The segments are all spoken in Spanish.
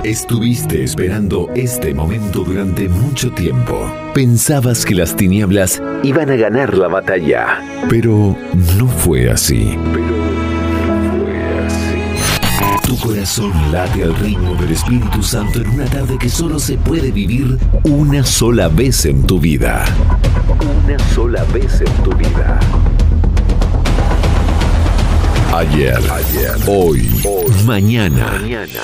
Estuviste esperando este momento durante mucho tiempo. Pensabas que las tinieblas iban a ganar la batalla, pero no fue así. Tu corazón late al ritmo del Espíritu Santo en una tarde que solo se puede vivir una sola vez en tu vida. Una sola vez en tu vida. Ayer, hoy, mañana.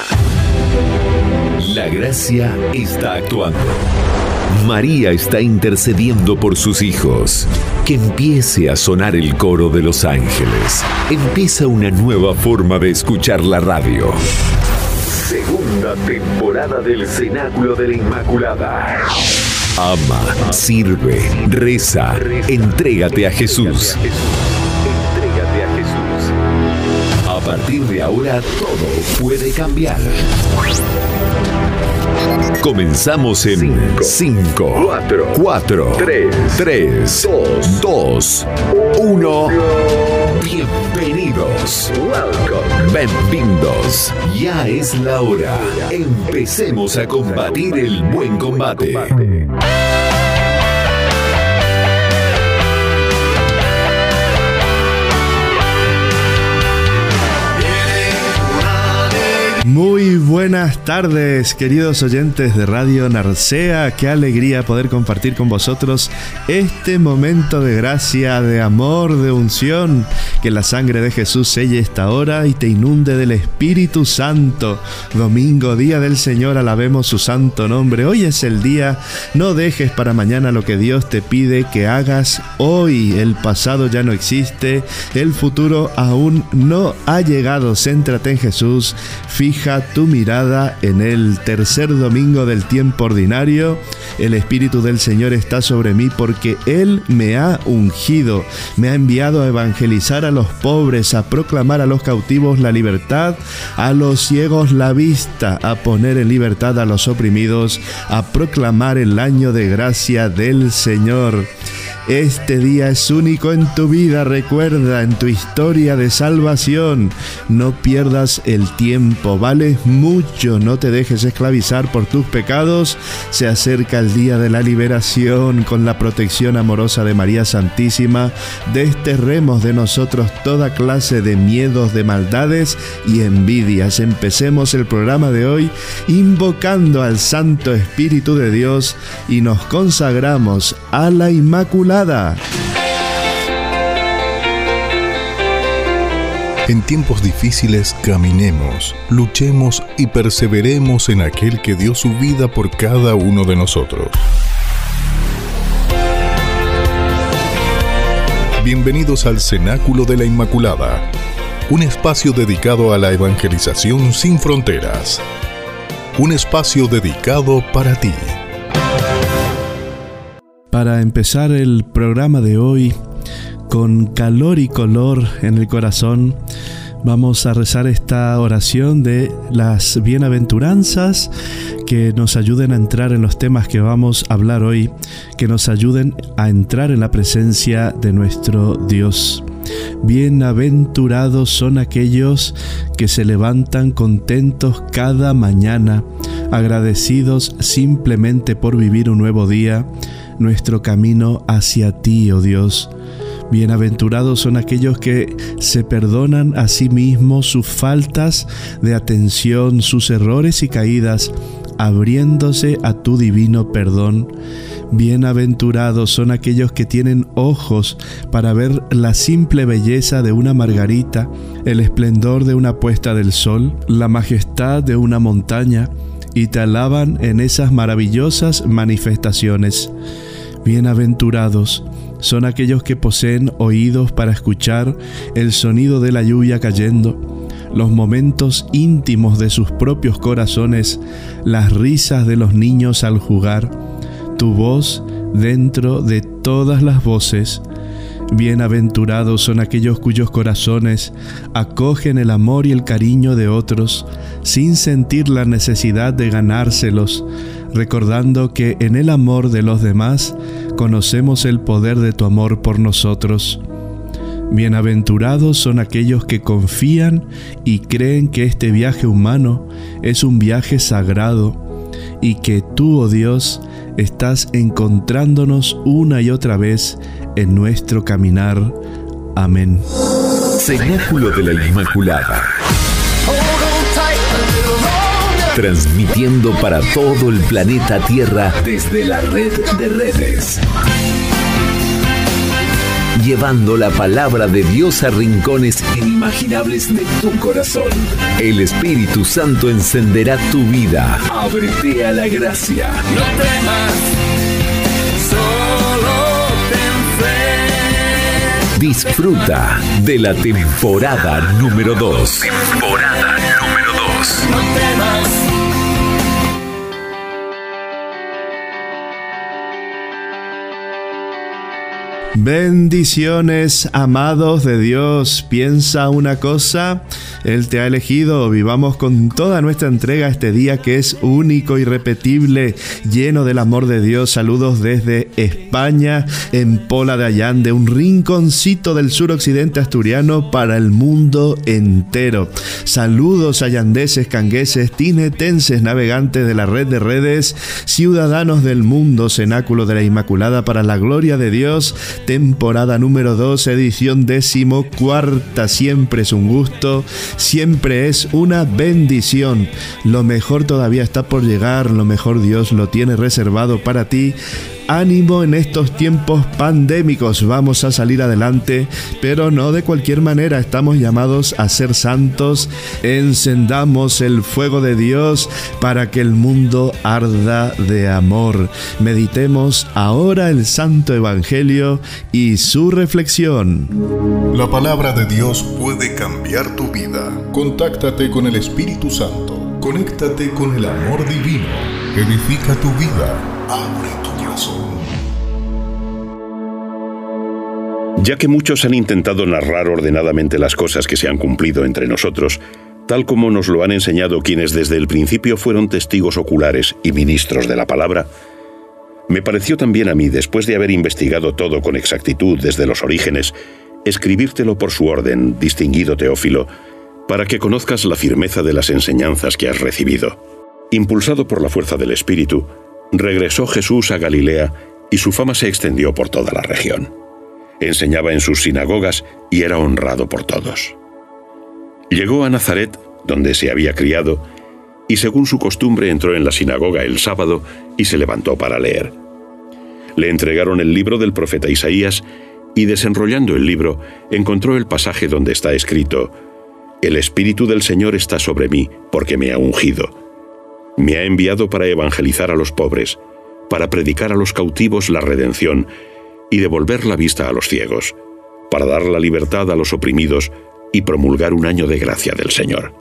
La gracia está actuando. María está intercediendo por sus hijos. Que empiece a sonar el coro de los ángeles. Empieza una nueva forma de escuchar la radio. Segunda temporada del Cenáculo de la Inmaculada. Ama, sirve, reza, entrégate a Jesús. A partir de ahora todo puede cambiar. Comenzamos en 5, 4, 3, 2, 1. Bienvenidos. Bienvenidos. Ya es la hora. Empecemos a combatir el buen combate. Muy buenas tardes, queridos oyentes de Radio Narcea. Qué alegría poder compartir con vosotros este momento de gracia, de amor, de unción. Que la sangre de Jesús selle esta hora y te inunde del Espíritu Santo. Domingo, día del Señor, alabemos su santo nombre. Hoy es el día, no dejes para mañana lo que Dios te pide que hagas hoy. El pasado ya no existe, el futuro aún no ha llegado. Céntrate en Jesús, fija tu mirada en el tercer domingo del tiempo ordinario. El Espíritu del Señor está sobre mí porque Él me ha ungido, me ha enviado a evangelizar a los pobres, a proclamar a los cautivos la libertad, a los ciegos la vista, a poner en libertad a los oprimidos, a proclamar el año de gracia del Señor. Este día es único en tu vida, recuerda, en tu historia de salvación. No pierdas el tiempo, vales mucho, no te dejes esclavizar por tus pecados. Se acerca el día de la liberación. Con la protección amorosa de María Santísima, desterremos de nosotros toda clase de miedos, de maldades y envidias. Empecemos el programa de hoy invocando al Santo Espíritu de Dios y nos consagramos a la Inmaculada. En tiempos difíciles caminemos, luchemos y perseveremos en aquel que dio su vida por cada uno de nosotros. Bienvenidos al Cenáculo de la Inmaculada, un espacio dedicado a la evangelización sin fronteras. Un espacio dedicado para ti. Para empezar el programa de hoy, con calor y color en el corazón, vamos a rezar esta oración de las bienaventuranzas que nos ayuden a entrar en los temas que vamos a hablar hoy, que nos ayuden a entrar en la presencia de nuestro Dios. Bienaventurados son aquellos que se levantan contentos cada mañana, agradecidos simplemente por vivir un nuevo día, nuestro camino hacia ti, oh Dios. Bienaventurados son aquellos que se perdonan a sí mismos sus faltas de atención, sus errores y caídas, abriéndose a tu divino perdón. Bienaventurados son aquellos que tienen ojos para ver la simple belleza de una margarita, el esplendor de una puesta del sol, la majestad de una montaña, y te alaban en esas maravillosas manifestaciones. Bienaventurados son aquellos que poseen oídos para escuchar el sonido de la lluvia cayendo, los momentos íntimos de sus propios corazones, las risas de los niños al jugar, tu voz dentro de todas las voces. Bienaventurados son aquellos cuyos corazones acogen el amor y el cariño de otros, sin sentir la necesidad de ganárselos, recordando que en el amor de los demás conocemos el poder de tu amor por nosotros. Bienaventurados son aquellos que confían y creen que este viaje humano es un viaje sagrado y que tú, oh Dios, estás encontrándonos una y otra vez en nuestro caminar. Amén. Cenáculo de la Inmaculada. Transmitiendo para todo el planeta Tierra desde la red de redes. Llevando la palabra de Dios a rincones inimaginables de tu corazón. El Espíritu Santo encenderá tu vida. Ábrete a la gracia. No temas, solo ten fe. Disfruta de la temporada número 2. Temporada número 2. No temas. Bendiciones, amados de Dios. Piensa una cosa, Él te ha elegido. Vivamos con toda nuestra entrega este día que es único, irrepetible, lleno del amor de Dios. Saludos desde España, en Pola de Allande, un rinconcito del suroccidente asturiano para el mundo entero. Saludos allandeses, cangueses, tinetenses, navegantes de la red de redes, ciudadanos del mundo, cenáculo de la Inmaculada para la gloria de Dios. Temporada número 2, edición 14ª. Siempre es un gusto, siempre es una bendición. Lo mejor todavía está por llegar, lo mejor Dios lo tiene reservado para ti. Ánimo en estos tiempos pandémicos, vamos a salir adelante, pero no de cualquier manera. Estamos llamados a ser santos. Encendamos el fuego de Dios para que el mundo arda de amor. Meditemos ahora el Santo Evangelio y su reflexión. La palabra de Dios puede cambiar tu vida. Contáctate con el Espíritu Santo. Conéctate con el amor divino. Edifica tu vida. Abre tu corazón. Ya que muchos han intentado narrar ordenadamente las cosas que se han cumplido entre nosotros, tal como nos lo han enseñado quienes desde el principio fueron testigos oculares y ministros de la palabra, me pareció también a mí, después de haber investigado todo con exactitud desde los orígenes, escribírtelo por su orden, distinguido Teófilo, para que conozcas la firmeza de las enseñanzas que has recibido. Impulsado por la fuerza del Espíritu, regresó Jesús a Galilea y su fama se extendió por toda la región. Enseñaba en sus sinagogas y era honrado por todos. Llegó a Nazaret, donde se había criado, y según su costumbre entró en la sinagoga el sábado y se levantó para leer. Le entregaron el libro del profeta Isaías y desenrollando el libro encontró el pasaje donde está escrito: «El Espíritu del Señor está sobre mí, porque me ha ungido. Me ha enviado para evangelizar a los pobres, para predicar a los cautivos la redención y devolver la vista a los ciegos, para dar la libertad a los oprimidos y promulgar un año de gracia del Señor».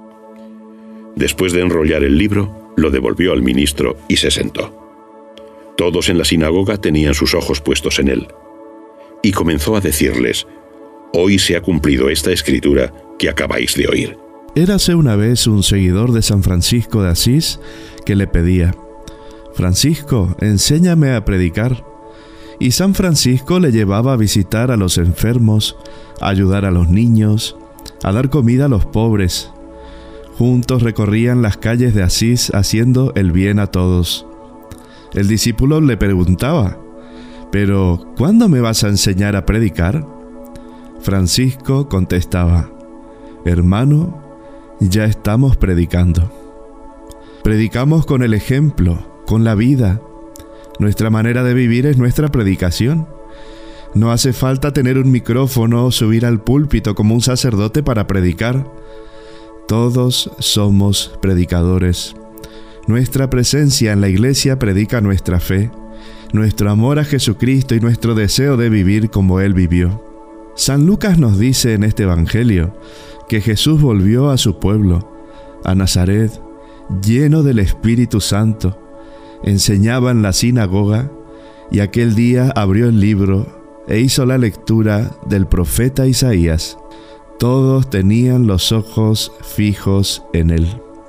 Después de enrollar el libro, lo devolvió al ministro y se sentó. Todos en la sinagoga tenían sus ojos puestos en él. Y comenzó a decirles: «Hoy se ha cumplido esta escritura que acabáis de oír». Érase una vez un seguidor de San Francisco de Asís que le pedía: «Francisco, enséñame a predicar». Y San Francisco le llevaba a visitar a los enfermos, a ayudar a los niños, a dar comida a los pobres. Juntos recorrían las calles de Asís haciendo el bien a todos. El discípulo le preguntaba: «¿Pero cuándo me vas a enseñar a predicar?». Francisco contestaba: «Hermano, ya estamos predicando. Predicamos con el ejemplo, con la vida. Nuestra manera de vivir es nuestra predicación. No hace falta tener un micrófono o subir al púlpito como un sacerdote para predicar. Todos somos predicadores. Nuestra presencia en la iglesia predica nuestra fe, nuestro amor a Jesucristo y nuestro deseo de vivir como Él vivió». San Lucas nos dice en este Evangelio que Jesús volvió a su pueblo, a Nazaret, lleno del Espíritu Santo. Enseñaba en la sinagoga y aquel día abrió el libro e hizo la lectura del profeta Isaías. Todos tenían los ojos fijos en él.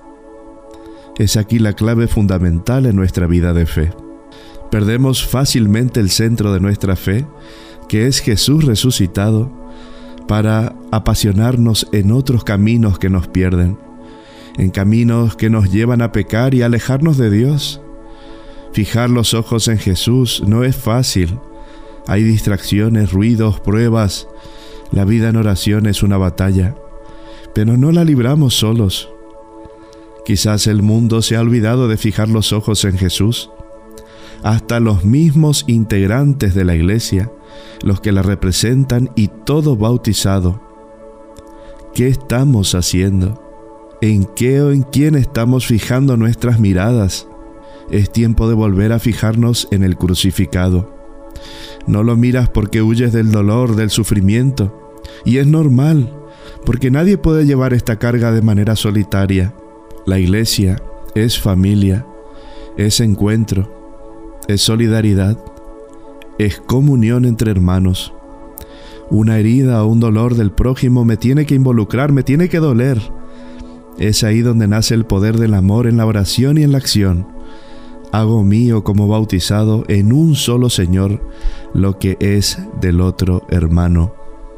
Es aquí la clave fundamental en nuestra vida de fe. Perdemos fácilmente el centro de nuestra fe, que es Jesús resucitado, para apasionarnos en otros caminos que nos pierden, en caminos que nos llevan a pecar y alejarnos de Dios. Fijar los ojos en Jesús no es fácil. Hay distracciones, ruidos, pruebas. La vida en oración es una batalla, pero no la libramos solos. Quizás el mundo se ha olvidado de fijar los ojos en Jesús. Hasta los mismos integrantes de la iglesia, los que la representan y todo bautizado. ¿Qué estamos haciendo? ¿En qué o en quién estamos fijando nuestras miradas? Es tiempo de volver a fijarnos en el crucificado. No lo miras porque huyes del dolor, del sufrimiento. Y es normal, porque nadie puede llevar esta carga de manera solitaria. La iglesia es familia, es encuentro, es solidaridad, es comunión entre hermanos. Una herida o un dolor del prójimo me tiene que involucrar, me tiene que doler. Es ahí donde nace el poder del amor en la oración y en la acción. Hago mío como bautizado en un solo Señor lo que es del otro hermano.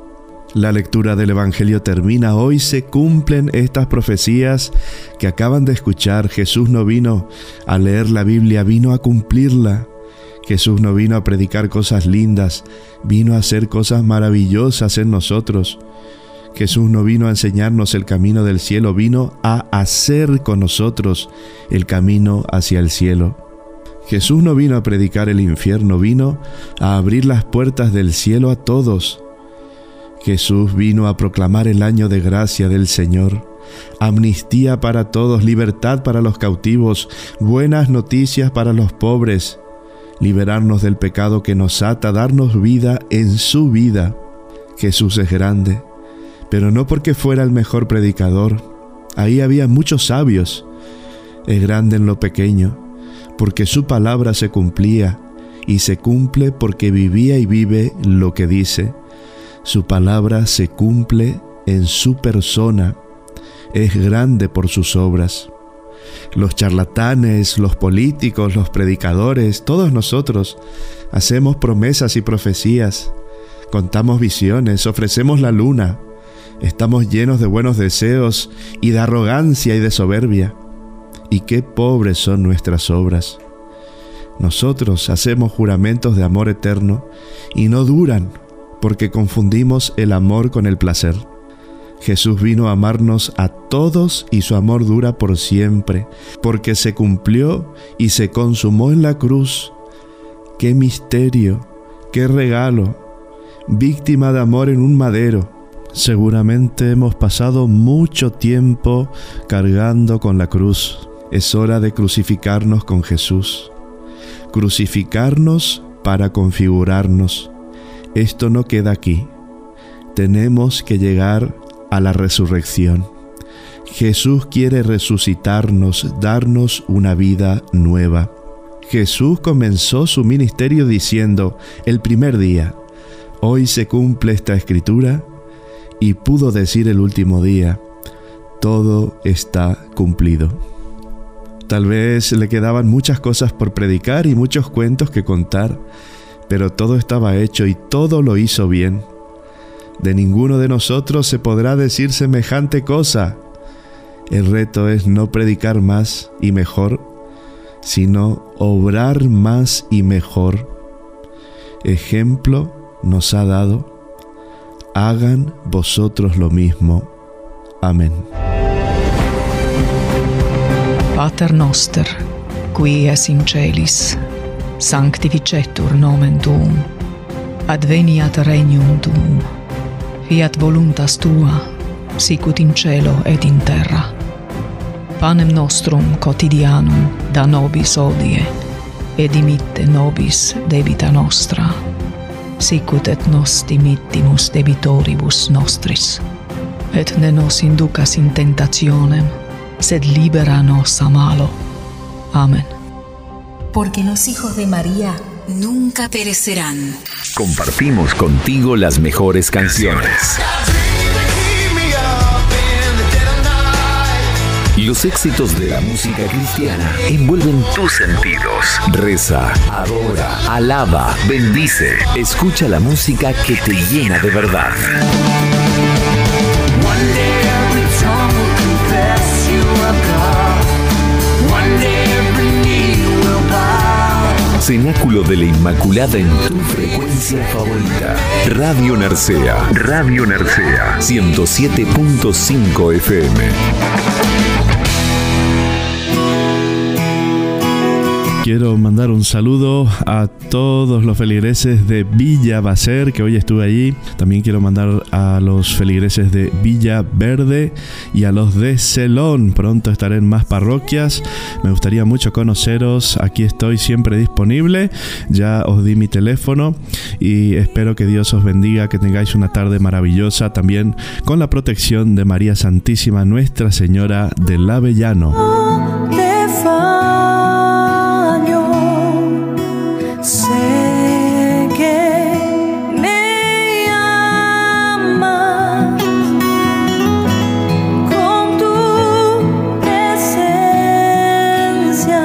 La lectura del Evangelio termina. Hoy se cumplen estas profecías que acaban de escuchar. Jesús no vino a leer la Biblia, vino a cumplirla. Jesús no vino a predicar cosas lindas, vino a hacer cosas maravillosas en nosotros. Jesús no vino a enseñarnos el camino del cielo, vino a hacer con nosotros el camino hacia el cielo. Jesús no vino a predicar el infierno, vino a abrir las puertas del cielo a todos. Jesús vino a proclamar el año de gracia del Señor, amnistía para todos, libertad para los cautivos, buenas noticias para los pobres, liberarnos del pecado que nos ata, darnos vida en su vida. Jesús es grande, pero no porque fuera el mejor predicador. Ahí había muchos sabios. Es grande en lo pequeño, porque su palabra se cumplía, y se cumple porque vivía y vive lo que dice. Su palabra se cumple en su persona. Es grande por sus obras. Los charlatanes, los políticos, los predicadores, todos nosotros hacemos promesas y profecías, contamos visiones, ofrecemos la luna, estamos llenos de buenos deseos y de arrogancia y de soberbia. Y qué pobres son nuestras obras. Nosotros hacemos juramentos de amor eterno y no duran porque confundimos el amor con el placer. Jesús vino a amarnos a todos y su amor dura por siempre, porque se cumplió y se consumó en la cruz. ¡Qué misterio! ¡Qué regalo! Víctima de amor en un madero. Seguramente hemos pasado mucho tiempo cargando con la cruz. Es hora de crucificarnos con Jesús. Crucificarnos para configurarnos. Esto no queda aquí. Tenemos que llegar a la resurrección. Jesús quiere resucitarnos, darnos una vida nueva. Jesús comenzó su ministerio diciendo el primer día: hoy se cumple esta escritura, y pudo decir el último día: todo está cumplido. Tal vez le quedaban muchas cosas por predicar y muchos cuentos que contar, pero todo estaba hecho y todo lo hizo bien. De ninguno de nosotros se podrá decir semejante cosa. El reto es no predicar más y mejor, sino obrar más y mejor. Ejemplo nos ha dado. Hagan vosotros lo mismo. Amén. Pater noster, qui es in celis, sanctificetur nomen tuum, adveniat regnum tuum, fiat voluntas tua, sicut in cielo et in terra. Panem nostrum quotidianum da nobis hodie, et dimitte nobis debita nostra, sicut et nos dimittimus debitoribus nostris. Et ne nos inducas in tentationem, sed libera nos a malo. Amén. Porque los hijos de María nunca perecerán. Compartimos contigo las mejores canciones. Los éxitos de la música cristiana envuelven tus sentidos. Reza, adora, alaba, bendice. Escucha la música que te llena de verdad. Cenáculo de la Inmaculada en tu frecuencia favorita. Radio Narcea. Radio Narcea. 107.5 FM. Quiero mandar un saludo a todos los feligreses de Villa Bacer, que hoy estuve allí. También quiero mandar a los feligreses de Villa Verde y a los de Celón. Pronto estaré en más parroquias. Me gustaría mucho conoceros. Aquí estoy siempre disponible. Ya os di mi teléfono y espero que Dios os bendiga, que tengáis una tarde maravillosa, también con la protección de María Santísima, Nuestra Señora del Avellano. Sé que me amas con tu presencia,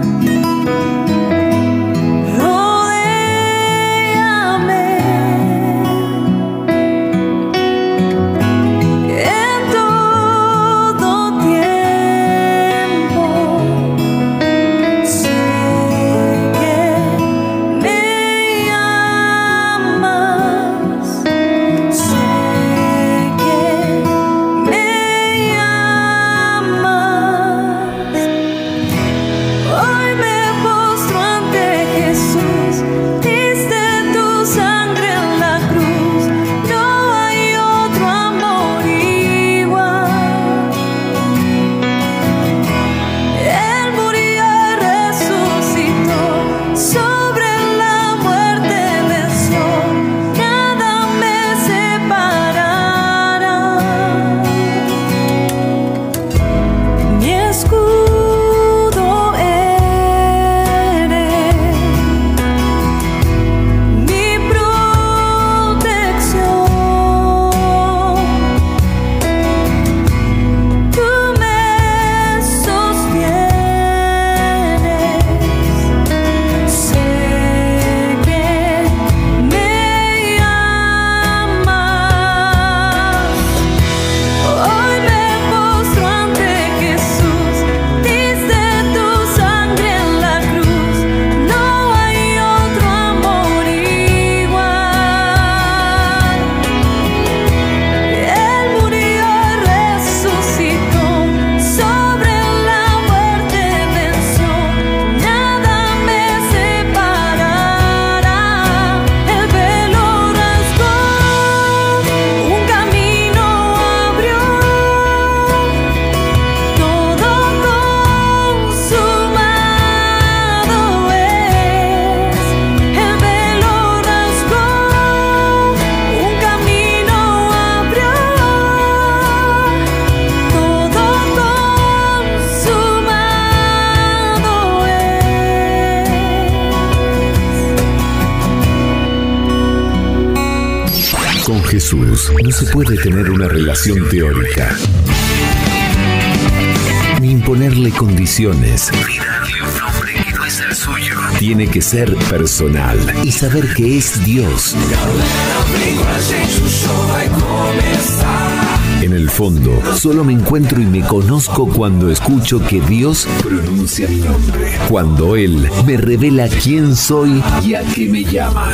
rodéame en todo tiempo. Sé que me amas, sé que me amas. Hoy me postro ante Jesús, diste tu sangre en la cruz, no hay otro amor igual. Él murió y resucitó, sobre la muerte venció, nada me separará. Mi escudo eres, mi protección, tú me sostienes. Sé que me amas. Hoy me postro ante Jesús, diste tu sangre en la cruz, no hay otro amor igual. Él murió y resucitó, sobre la muerte venció, nada me separará. El velo rasgó, un camino abrió, todo consumado es. El velo rasgó, un camino abrió, todo consumado es. Con Jesús no se puede tener una relación teórica, ni imponerle condiciones, ni darle un nombre que no es el suyo. Tiene que ser personal y saber que es Dios. En el fondo, solo me encuentro y me conozco cuando escucho que Dios pronuncia mi nombre, cuando Él me revela quién soy y a qué me llama.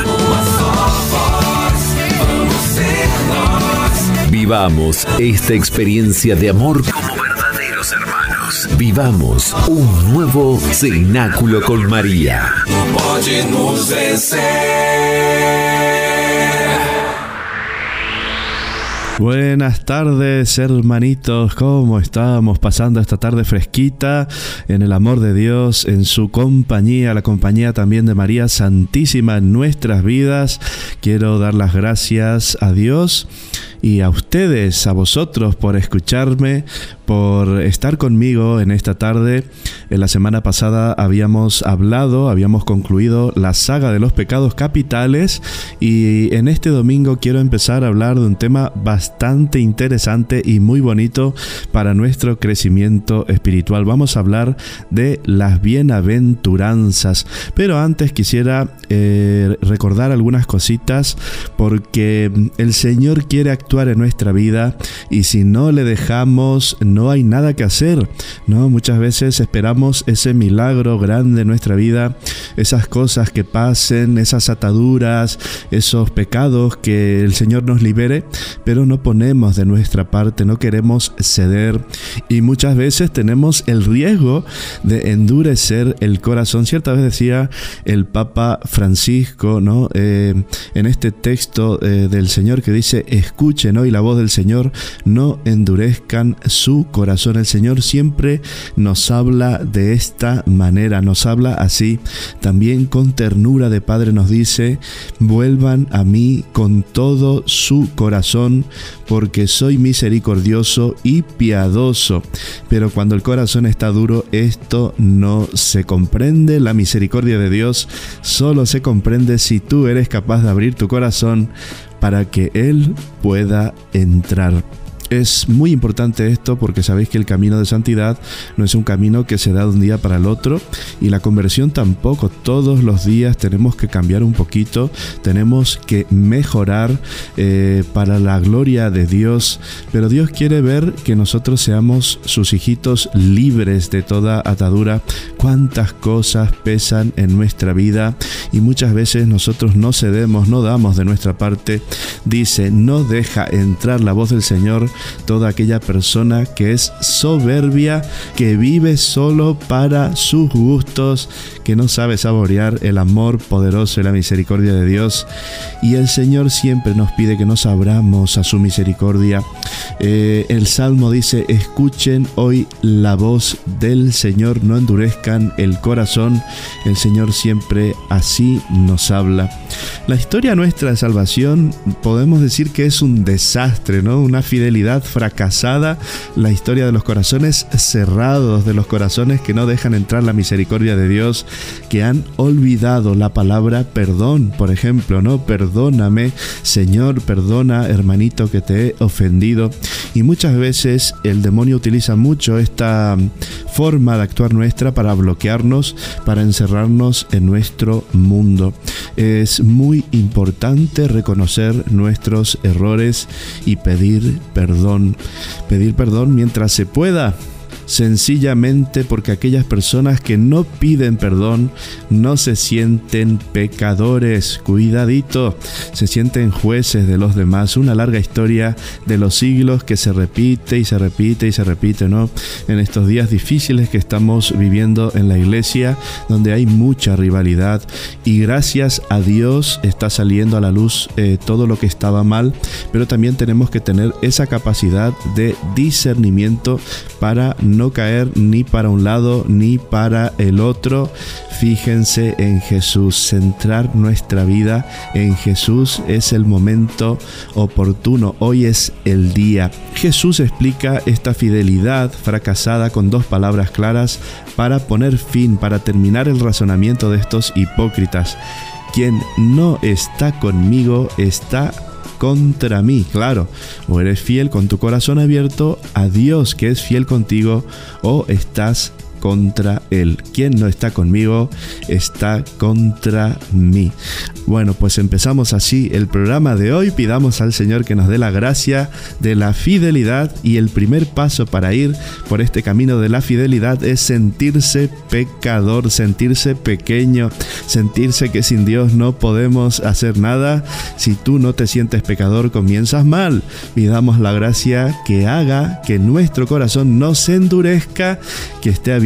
Vivamos esta experiencia de amor como verdaderos hermanos. Vivamos un nuevo cenáculo con María. Buenas tardes, hermanitos. ¿Cómo estamos pasando esta tarde fresquita en el amor de Dios, en su compañía, la compañía también de María Santísima en nuestras vidas? Quiero dar las gracias a Dios y a ustedes, a vosotros, por escucharme, por estar conmigo en esta tarde. En la semana pasada habíamos concluido la saga de los pecados capitales, y en este domingo quiero empezar a hablar de un tema bastante interesante y muy bonito para nuestro crecimiento espiritual. Vamos a hablar de las bienaventuranzas, pero antes quisiera recordar algunas cositas, porque el Señor quiere actuar en nuestra vida y si no le dejamos, no hay nada que hacer, ¿no? Muchas veces esperamos ese milagro grande en nuestra vida, esas cosas que pasen, esas ataduras, esos pecados, que el Señor nos libere, pero no ponemos de nuestra parte, no queremos ceder, y muchas veces tenemos el riesgo de endurecer el corazón. Cierta vez decía el Papa Francisco, ¿no? En este texto del Señor que dice: escuchen hoy la voz del Señor, no endurezcan su corazón. El Señor siempre nos habla de esta manera, nos habla así. También con ternura de Padre nos dice: vuelvan a mí con todo su corazón, porque soy misericordioso y piadoso. Pero cuando el corazón está duro, esto no se comprende. La misericordia de Dios solo se comprende si tú eres capaz de abrir tu corazón para que Él pueda entrar. Es muy importante esto, porque sabéis que el camino de santidad no es un camino que se da de un día para el otro, y la conversión tampoco. Todos los días tenemos que cambiar un poquito, tenemos que mejorar para la gloria de Dios, pero Dios quiere ver que nosotros seamos sus hijitos libres de toda atadura. Cuántas cosas pesan en nuestra vida y muchas veces nosotros no cedemos, no damos de nuestra parte. Dice: no deja entrar la voz del Señor toda aquella persona que es soberbia, que vive solo para sus gustos, que no sabe saborear el amor poderoso y la misericordia de Dios. Y el Señor siempre nos pide que nos abramos a su misericordia. El Salmo dice: escuchen hoy la voz del Señor, no endurezcan el corazón. El Señor siempre así nos habla. La historia nuestra de salvación podemos decir que es un desastre, ¿no? Una fidelidad fracasada, la historia de los corazones cerrados, de los corazones que no dejan entrar la misericordia de Dios, que han olvidado la palabra perdón, por ejemplo, ¿no? Perdóname, Señor, perdona, hermanito, que te he ofendido. Y muchas veces el demonio utiliza mucho esta forma de actuar nuestra para bloquearnos, para encerrarnos en nuestro mundo. Es muy importante reconocer nuestros errores y pedir perdón mientras se pueda. Sencillamente porque aquellas personas que no piden perdón no se sienten pecadores, cuidadito, se sienten jueces de los demás. Una larga historia de los siglos que se repite y se repite y se repite, ¿no? En estos días difíciles que estamos viviendo en la iglesia, donde hay mucha rivalidad, y gracias a Dios está saliendo a la luz todo lo que estaba mal, pero también tenemos que tener esa capacidad de discernimiento para no caer ni para un lado ni para el otro. Fíjense en Jesús, centrar nuestra vida en Jesús es el momento oportuno, hoy es el día. Jesús explica esta fidelidad fracasada con dos palabras claras para poner fin, para terminar el razonamiento de estos hipócritas: quien no está conmigo está contra mí. Claro, o eres fiel con tu corazón abierto a Dios, que es fiel contigo, o estás contra Él. Quien no está conmigo está contra mí. Bueno, pues empezamos así el programa de hoy. Pidamos al Señor que nos dé la gracia de la fidelidad, y el primer paso para ir por este camino de la fidelidad es sentirse pecador, sentirse pequeño, sentirse que sin Dios no podemos hacer nada. Si tú no te sientes pecador, comienzas mal. Pidamos la gracia que haga que nuestro corazón no se endurezca, que esté abierto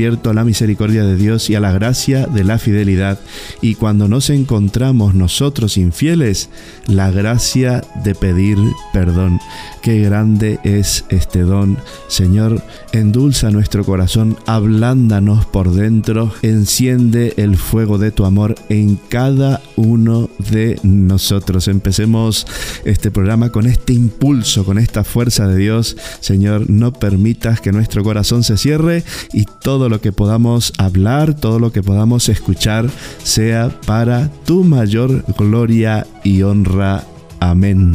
abierto a la misericordia de Dios y a la gracia de la fidelidad. Y cuando nos encontramos nosotros infieles, la gracia de pedir perdón. Qué grande es este don. Señor, endulza nuestro corazón, ablándanos por dentro, enciende el fuego de tu amor en cada uno de nosotros. Empecemos este programa con este impulso, con esta fuerza de Dios. Señor, no permitas que nuestro corazón se cierre y todo lo que podamos hablar, todo lo que podamos escuchar sea para tu mayor gloria y honra. Amén.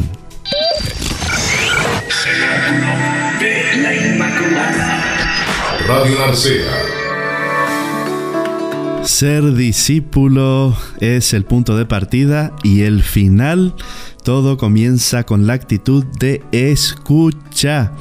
Radio Narcea. Ser discípulo es el punto de partida y el final. Todo comienza con la actitud de escucha.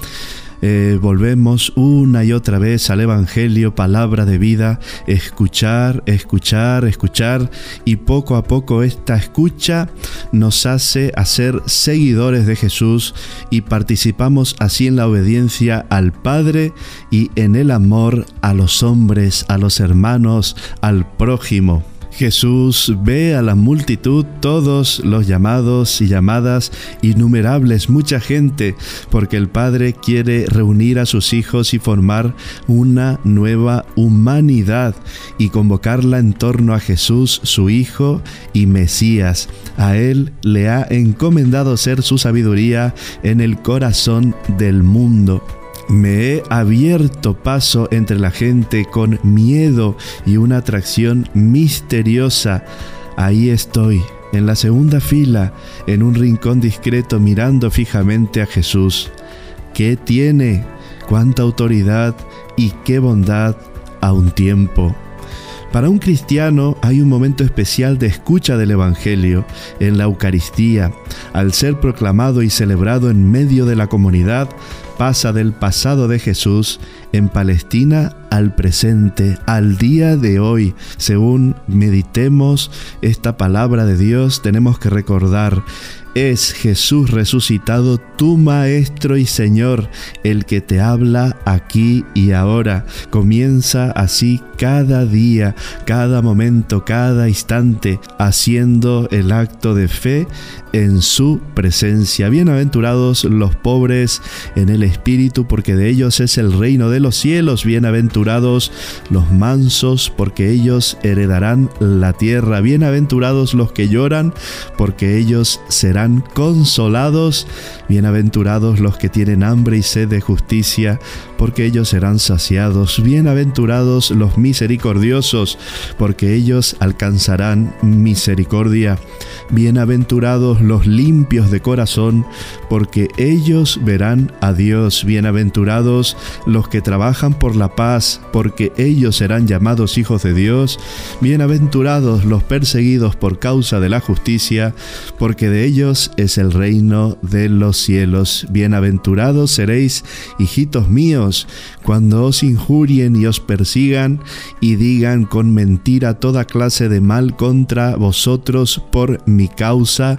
Volvemos una y otra vez al Evangelio, palabra de vida, escuchar, escuchar, escuchar, y poco a poco esta escucha nos hace ser seguidores de Jesús y participamos así en la obediencia al Padre y en el amor a los hombres, a los hermanos, al prójimo. Jesús ve a la multitud, todos los llamados y llamadas, innumerables, mucha gente, porque el Padre quiere reunir a sus hijos y formar una nueva humanidad y convocarla en torno a Jesús, su Hijo y Mesías. A Él le ha encomendado ser su sabiduría en el corazón del mundo. Me he abierto paso entre la gente con miedo y una atracción misteriosa. Ahí estoy, en la segunda fila, en un rincón discreto, mirando fijamente a Jesús. ¿Qué tiene? ¿Cuánta autoridad y qué bondad a un tiempo? Para un cristiano hay un momento especial de escucha del Evangelio en la Eucaristía. Al ser proclamado y celebrado en medio de la comunidad, pasa del pasado de Jesús en Palestina al presente, al día de hoy. Según meditemos esta palabra de Dios, tenemos que recordar: es Jesús resucitado, tu Maestro y Señor, el que te habla aquí y ahora. Comienza así cada día, cada momento, cada instante, haciendo el acto de fe en su presencia. Bienaventurados los pobres en el espíritu, porque de ellos es el reino de los cielos. Bienaventurados los mansos, porque ellos heredarán la tierra. Bienaventurados los que lloran, porque ellos serán consolados. Bienaventurados los que tienen hambre y sed de justicia, porque ellos serán saciados. Bienaventurados los misericordiosos, porque ellos alcanzarán misericordia. Bienaventurados los limpios de corazón, porque ellos verán a Dios. Bienaventurados los que trabajan por la paz, porque ellos serán llamados hijos de Dios. Bienaventurados los perseguidos por causa de la justicia, porque de ellos es el reino de los cielos. Bienaventurados seréis, hijitos míos, cuando os injurien y os persigan y digan con mentira toda clase de mal contra vosotros por mi causa.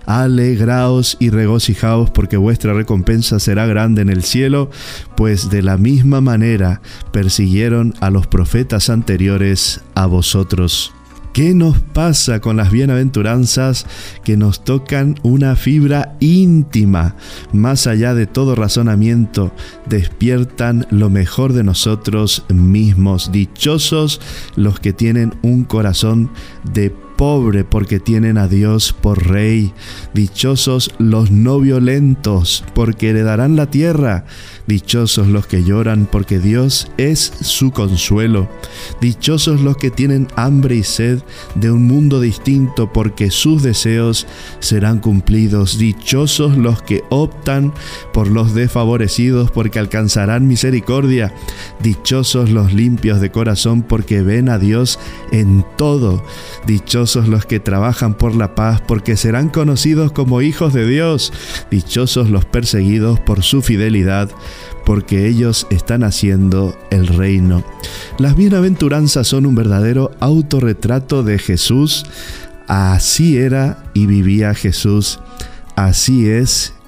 Alegraos y regocijaos, porque vuestra recompensa será grande en el cielo, pues de la misma manera persiguieron a los profetas anteriores a vosotros. ¿Qué nos pasa con las bienaventuranzas? Que nos tocan una fibra íntima, más allá de todo razonamiento, despiertan lo mejor de nosotros mismos. Dichosos los que tienen un corazón de pobre, porque tienen a Dios por Rey. Dichosos los no violentos, porque heredarán la tierra. Dichosos los que lloran, porque Dios es su consuelo. Dichosos los que tienen hambre y sed de un mundo distinto, porque sus deseos serán cumplidos. Dichosos los que optan por los desfavorecidos, porque alcanzarán misericordia. Dichosos los limpios de corazón, porque ven a Dios en todo. Dichosos los que trabajan por la paz, porque serán conocidos como hijos de Dios. Dichosos los perseguidos por su fidelidad, porque ellos están haciendo el reino. Las bienaventuranzas son un verdadero autorretrato de Jesús. Así era y vivía Jesús. Así es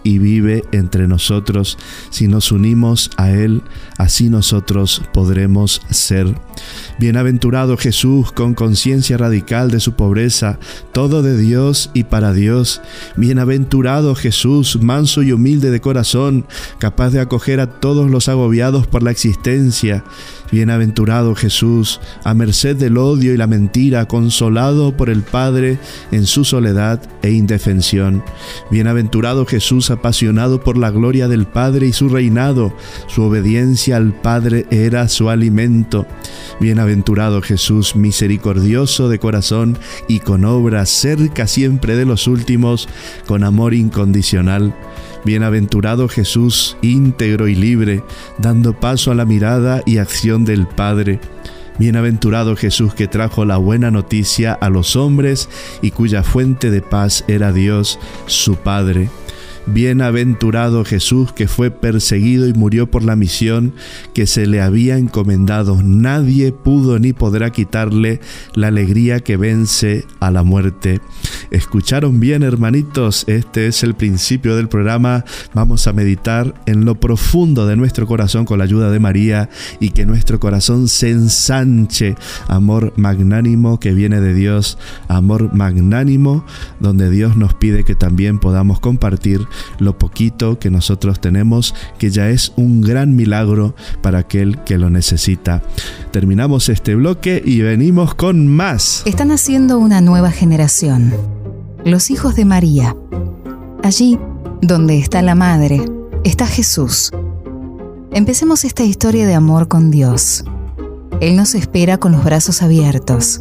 y vive entre nosotros. Si nos unimos a Él, así nosotros podremos ser. Bienaventurado Jesús, con conciencia radical de su pobreza, todo de Dios y para Dios. Bienaventurado Jesús, manso y humilde de corazón, capaz de acoger a todos los agobiados por la existencia. Bienaventurado Jesús, a merced del odio y la mentira, consolado por el Padre en su soledad e indefensión. Bienaventurado Jesús, apasionado por la gloria del Padre y su reinado, su obediencia al Padre era su alimento. Bienaventurado Jesús, misericordioso de corazón y con obras, cerca siempre de los últimos, con amor incondicional. Bienaventurado Jesús, íntegro y libre, dando paso a la mirada y acción del Padre. Bienaventurado Jesús, que trajo la buena noticia a los hombres y cuya fuente de paz era Dios, su Padre. Bienaventurado Jesús, que fue perseguido y murió por la misión que se le había encomendado. Nadie pudo ni podrá quitarle la alegría que vence a la muerte. ¿Escucharon bien, hermanitos? Este es el principio del programa. Vamos a meditar en lo profundo de nuestro corazón con la ayuda de María y que nuestro corazón se ensanche. Amor magnánimo que viene de Dios. Amor magnánimo donde Dios nos pide que también podamos compartir lo poquito que nosotros tenemos, que ya es un gran milagro para aquel que lo necesita. Terminamos este bloque y venimos con más. Están haciendo una nueva generación, los hijos de María. Allí donde está la Madre, está Jesús. Empecemos esta historia de amor con Dios. Él nos espera con los brazos abiertos.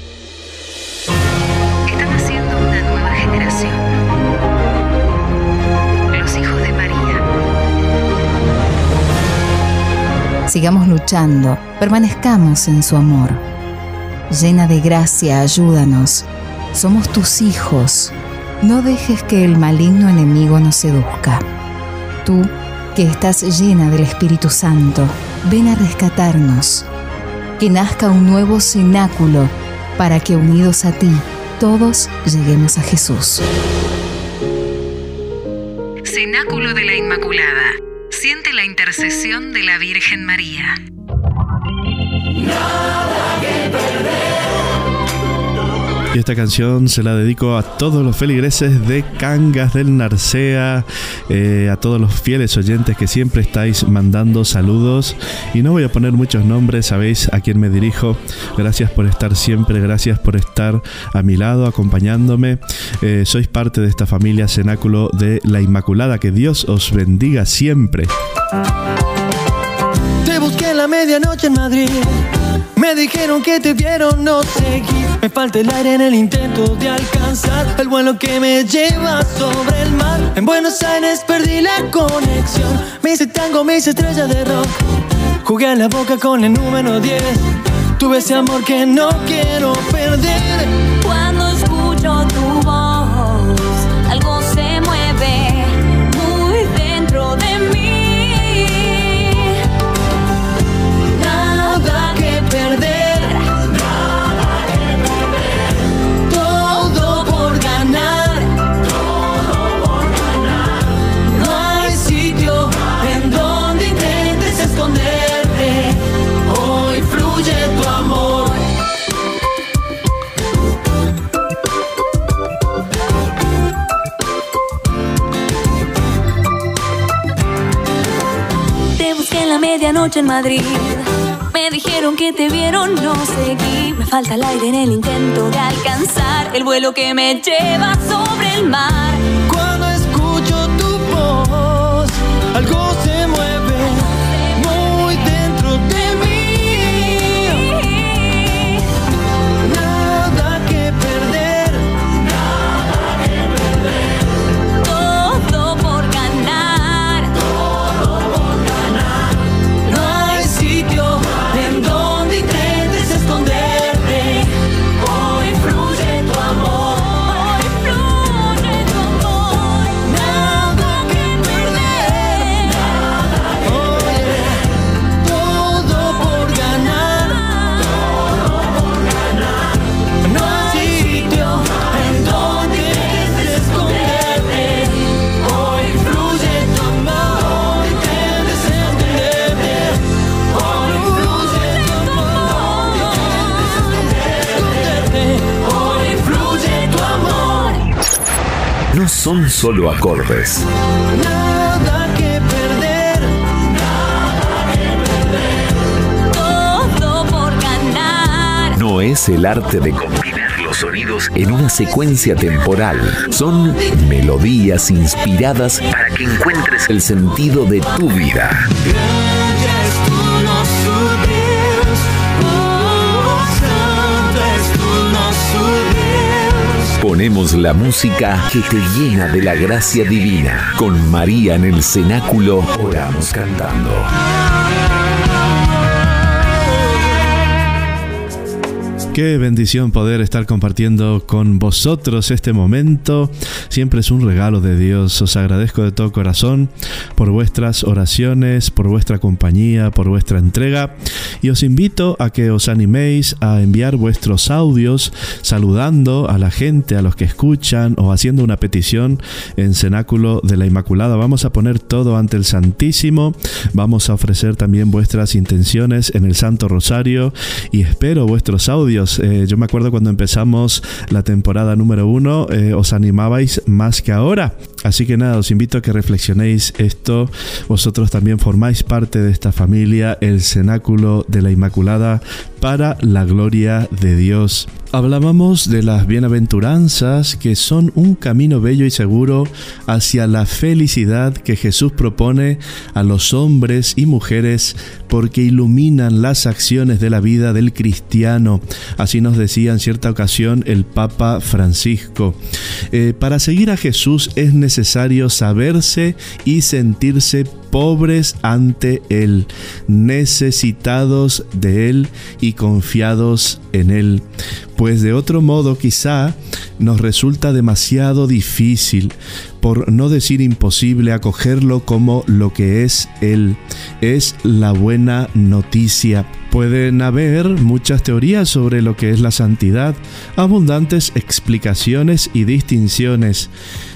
Están haciendo una nueva generación, los hijos de María. Sigamos luchando, permanezcamos en su amor. Llena de gracia, ayúdanos. Somos tus hijos. No dejes que el maligno enemigo nos seduzca. Tú, que estás llena del Espíritu Santo, ven a rescatarnos. Que nazca un nuevo cenáculo para que unidos a ti, todos lleguemos a Jesús. Cenáculo de la Inmaculada. Siente la intercesión de la Virgen María. Y esta canción se la dedico a todos los feligreses de Cangas del Narcea, a todos los fieles oyentes que siempre estáis mandando saludos. Y no voy a poner muchos nombres, sabéis a quién me dirijo. Gracias por estar siempre, gracias por estar a mi lado, acompañándome. Sois parte de esta familia Cenáculo de la Inmaculada. Que Dios os bendiga siempre. Te busqué en la medianoche en Madrid. Me dijeron que te vieron, no seguí. Me falta el aire en el intento de alcanzar el vuelo que me lleva sobre el mar. En Buenos Aires perdí la conexión. Me hice tango, me hice estrella de rock. Jugué a la boca con el número 10. Tuve ese amor que no quiero perder. Cuando escucho tu voz, algo se mueve muy dentro de mí. Nada que perder, todo por ganar, no hay sitio en donde intentes esconderte, hoy fluye tu amor. Te busqué en la medianoche en Madrid. Me dijeron que te vieron, no seguí. Me falta el aire en el intento de alcanzar el vuelo que me lleva sobre el mar. Cuando escucho tu voz, algo se mueve muy dentro de mí. Nada que perder, Todo por ganar, no hay sitio en donde intentes esconderte. Hoy fluye tu amor, hoy fluye tu no son solo acordes. Nada que perder, todo por ganar. No es el arte de combinar los sonidos en una secuencia temporal. Son melodías inspiradas para que encuentres el sentido de tu vida. Ponemos la música que te llena de la gracia divina. Con María en el cenáculo, oramos cantando. Qué bendición poder estar compartiendo con vosotros este momento. Siempre es un regalo de Dios. Os agradezco de todo corazón por vuestras oraciones, por vuestra compañía, por vuestra entrega. Y os invito a que os animéis a enviar vuestros audios saludando a la gente, a los que escuchan o haciendo una petición en Cenáculo de la Inmaculada. Vamos a poner todo ante el Santísimo. Vamos a ofrecer también vuestras intenciones en el Santo Rosario y espero vuestros audios. Yo me acuerdo cuando empezamos la temporada número 1, os animabais más que ahora. Así que nada, os invito a que reflexionéis esto. Vosotros también formáis parte de esta familia, el Cenáculo de la Inmaculada, para la gloria de Dios. Hablábamos de las bienaventuranzas, que son un camino bello y seguro hacia la felicidad que Jesús propone a los hombres y mujeres, porque iluminan las acciones de la vida del cristiano. Así nos decía en cierta ocasión el Papa Francisco. Para seguir a Jesús es necesario saberse y sentirse pobres ante Él, necesitados de Él y confiados en Él. Pues de otro modo quizá nos resulta demasiado difícil, por no decir imposible, acogerlo como lo que es Él. Es la buena noticia. Pueden haber muchas teorías sobre lo que es la santidad, abundantes explicaciones y distinciones.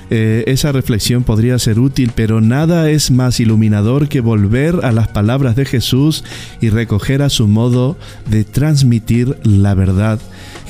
Esa reflexión podría ser útil, pero nada es más iluminador que volver a las palabras de Jesús y recoger a su modo de transmitir la verdad.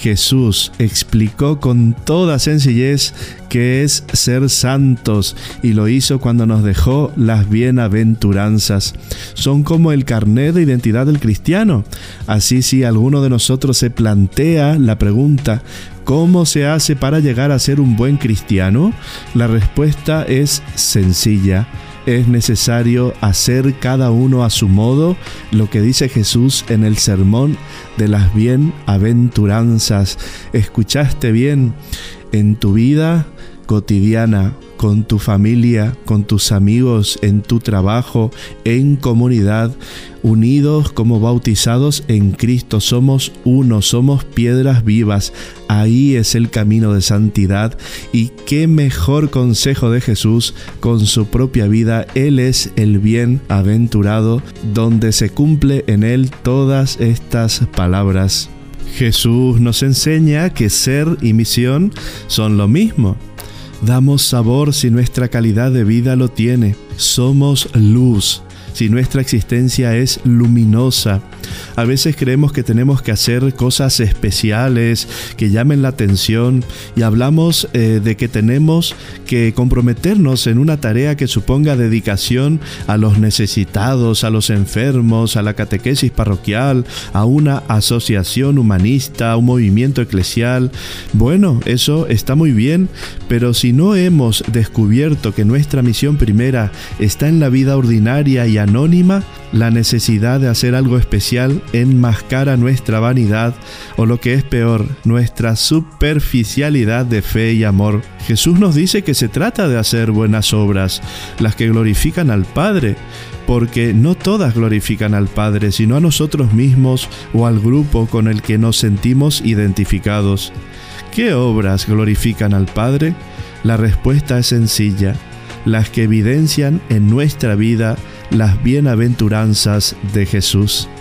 Jesús explicó con toda sencillez qué es ser santos y lo hizo cuando nos dejó las bienaventuranzas. Son como el carnet de identidad del cristiano. Así, si alguno de nosotros se plantea la pregunta, ¿cómo se hace para llegar a ser un buen cristiano? La respuesta es sencilla. Es necesario hacer cada uno a su modo lo que dice Jesús en el sermón de las bienaventuranzas. ¿Escuchaste bien? En tu vida cotidiana, con tu familia, con tus amigos, en tu trabajo, en comunidad, unidos como bautizados en Cristo, somos uno, somos piedras vivas. Ahí es el camino de santidad, y qué mejor consejo de Jesús con su propia vida. Él es el bienaventurado, donde se cumple en él todas estas palabras. Jesús nos enseña que ser y misión son lo mismo. Damos sabor si nuestra calidad de vida lo tiene. Somos luz si nuestra existencia es luminosa. A veces creemos que tenemos que hacer cosas especiales que llamen la atención y hablamos de que tenemos que comprometernos en una tarea que suponga dedicación a los necesitados, a los enfermos, a la catequesis parroquial, a una asociación humanista, a un movimiento eclesial. Bueno, eso está muy bien, pero si no hemos descubierto que nuestra misión primera está en la vida ordinaria y anónima, la necesidad de hacer algo especial enmascara nuestra vanidad, o lo que es peor, nuestra superficialidad de fe y amor. Jesús nos dice que se trata de hacer buenas obras, las que glorifican al Padre, porque no todas glorifican al Padre, sino a nosotros mismos o al grupo con el que nos sentimos identificados. ¿Qué obras glorifican al Padre? La respuesta es sencilla: las que evidencian en nuestra vida las bienaventuranzas de Jesús.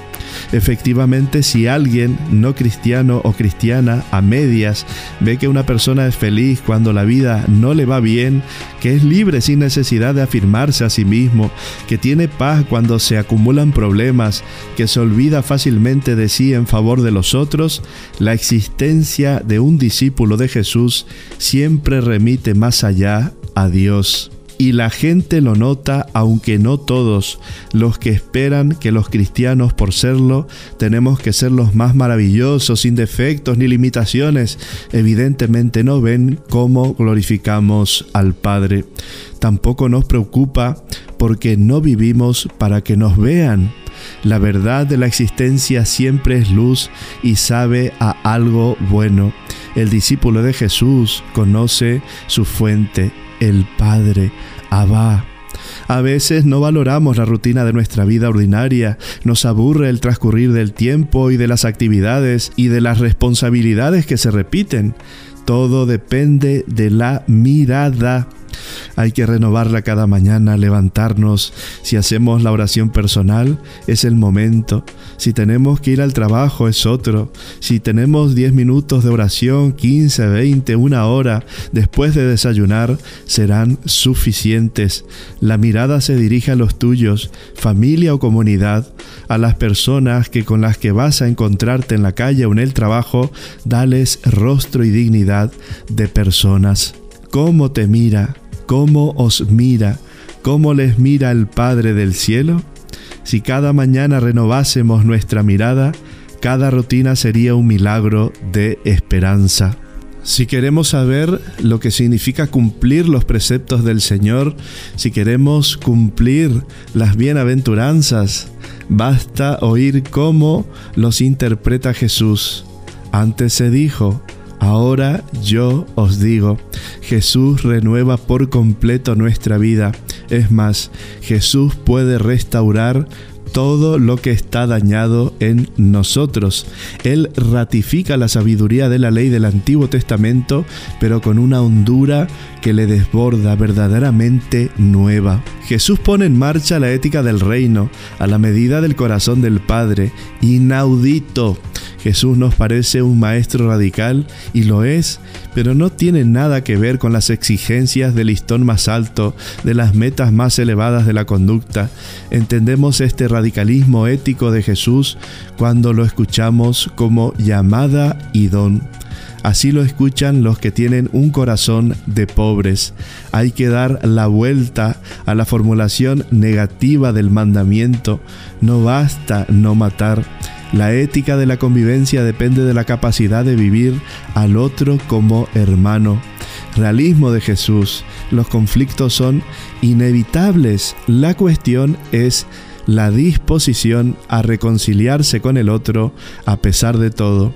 Efectivamente, si alguien no cristiano o cristiana a medias ve que una persona es feliz cuando la vida no le va bien, que es libre sin necesidad de afirmarse a sí mismo, que tiene paz cuando se acumulan problemas, que se olvida fácilmente de sí en favor de los otros, la existencia de un discípulo de Jesús siempre remite más allá a Dios. Y la gente lo nota, aunque no todos. Los que esperan que los cristianos, por serlo, tenemos que ser los más maravillosos, sin defectos ni limitaciones, evidentemente no ven cómo glorificamos al Padre. Tampoco nos preocupa porque no vivimos para que nos vean. La verdad de la existencia siempre es luz y sabe a algo bueno. El discípulo de Jesús conoce su fuente, el Padre, Abba. A veces no valoramos la rutina de nuestra vida ordinaria, nos aburre el transcurrir del tiempo y de las actividades y de las responsabilidades que se repiten. Todo depende de la mirada. Hay que renovarla cada mañana, levantarnos. Si hacemos la oración personal, es el momento. Si tenemos que ir al trabajo, es otro. Si tenemos 10 minutos de oración, 15, 20, una hora, después de desayunar, serán suficientes. La mirada se dirige a los tuyos, familia o comunidad, a las personas con las que vas a encontrarte en la calle o en el trabajo. Dales rostro y dignidad de personas. ¿Cómo te mira? ¿Cómo os mira? ¿Cómo les mira el Padre del cielo? Si cada mañana renovásemos nuestra mirada, cada rutina sería un milagro de esperanza. Si queremos saber lo que significa cumplir los preceptos del Señor, si queremos cumplir las bienaventuranzas, basta oír cómo los interpreta Jesús. Antes se dijo: ahora yo os digo. Jesús renueva por completo nuestra vida. Es más, Jesús puede restaurar todo lo que está dañado en nosotros. Él ratifica la sabiduría de la ley del Antiguo Testamento, pero con una hondura que le desborda, verdaderamente nueva. Jesús pone en marcha la ética del reino, a la medida del corazón del Padre. Inaudito. Jesús nos parece un maestro radical, y lo es, pero no tiene nada que ver con las exigencias del listón más alto, de las metas más elevadas de la conducta. Entendemos este radicalismo ético de Jesús cuando lo escuchamos como llamada y don. Así lo escuchan los que tienen un corazón de pobres. Hay que dar la vuelta a la formulación negativa del mandamiento. No basta no matar. La ética de la convivencia depende de la capacidad de vivir al otro como hermano. Realismo de Jesús. Los conflictos son inevitables. La cuestión es la disposición a reconciliarse con el otro a pesar de todo.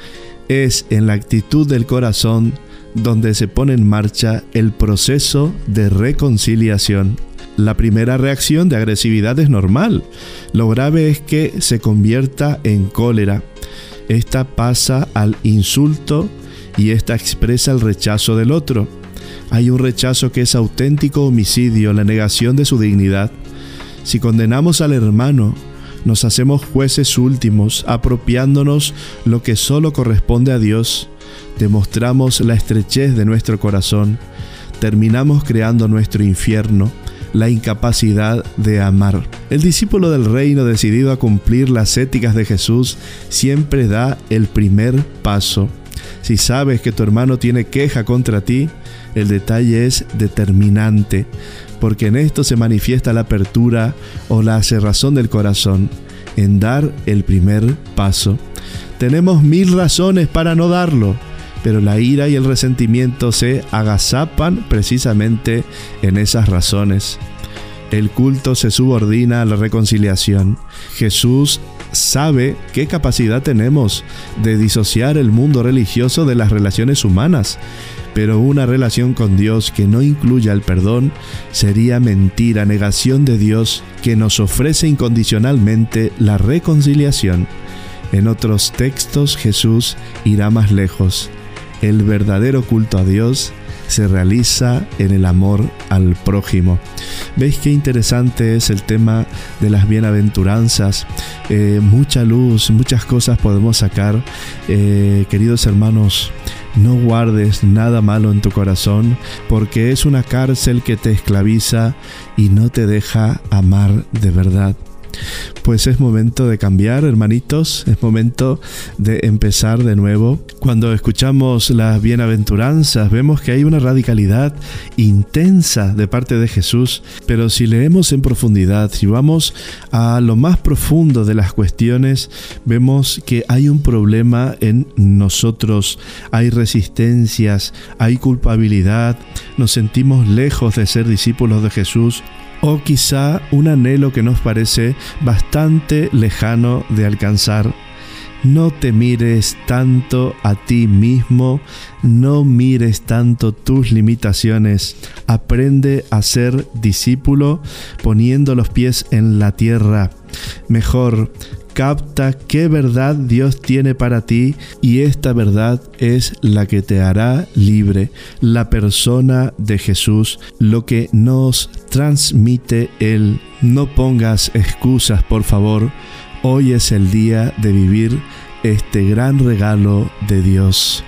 Es en la actitud del corazón donde se pone en marcha el proceso de reconciliación. La primera reacción de agresividad es normal. Lo grave es que se convierta en cólera. Esta pasa al insulto y esta expresa el rechazo del otro. Hay un rechazo que es auténtico homicidio, la negación de su dignidad. Si condenamos al hermano, nos hacemos jueces últimos, apropiándonos lo que solo corresponde a Dios. Demostramos la estrechez de nuestro corazón. Terminamos creando nuestro infierno, la incapacidad de amar. El discípulo del reino, decidido a cumplir las éticas de Jesús, siempre da el primer paso. Si sabes que tu hermano tiene queja contra ti, el detalle es determinante, porque en esto se manifiesta la apertura o la cerrazón del corazón, en dar el primer paso. Tenemos 1000 razones para no darlo, pero la ira y el resentimiento se agazapan precisamente en esas razones. El culto se subordina a la reconciliación. Jesús sabe qué capacidad tenemos de disociar el mundo religioso de las relaciones humanas, pero una relación con Dios que no incluya el perdón sería mentira, negación de Dios que nos ofrece incondicionalmente la reconciliación. En otros textos Jesús irá más lejos. El verdadero culto a Dios se realiza en el amor al prójimo. ¿Veis qué interesante es el tema de las bienaventuranzas? Mucha luz, muchas cosas podemos sacar. Queridos hermanos, no guardes nada malo en tu corazón, porque es una cárcel que te esclaviza y no te deja amar de verdad. Pues es momento de cambiar, hermanitos, es momento de empezar de nuevo. Cuando escuchamos las bienaventuranzas, vemos que hay una radicalidad intensa de parte de Jesús, pero si leemos en profundidad, si vamos a lo más profundo de las cuestiones, vemos que hay un problema en nosotros, hay resistencias, hay culpabilidad, nos sentimos lejos de ser discípulos de Jesús, o quizá un anhelo que nos parece bastante lejano de alcanzar. No te mires tanto a ti mismo, no mires tanto tus limitaciones. Aprende a ser discípulo poniendo los pies en la tierra. Mejor, capta qué verdad Dios tiene para ti y esta verdad es la que te hará libre, la persona de Jesús, lo que nos transmite Él. No pongas excusas, por favor. Hoy es el día de vivir este gran regalo de Dios.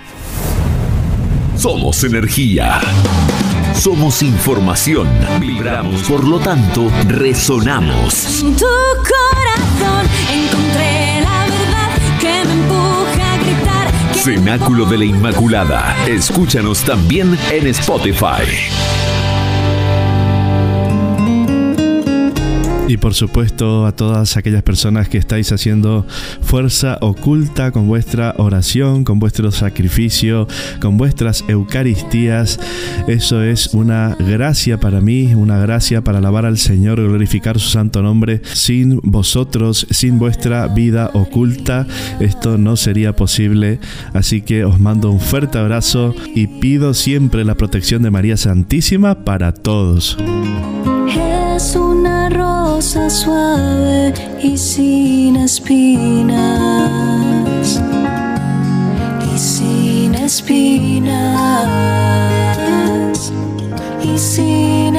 Somos energía. Somos información. Vibramos, por lo tanto, resonamos. En tu corazón encontré la verdad que me empuja a gritar. Cenáculo de la Inmaculada. Escúchanos también en Spotify. Y por supuesto a todas aquellas personas que estáis haciendo fuerza oculta con vuestra oración, con vuestro sacrificio, con vuestras eucaristías. Eso es una gracia para mí, una gracia para alabar al Señor, glorificar su santo nombre. Sin vosotros, sin vuestra vida oculta, esto no sería posible. Así que os mando un fuerte abrazo y pido siempre la protección de María Santísima para todos. Es una rosa suave y sin espinas, y sin espinas, y sin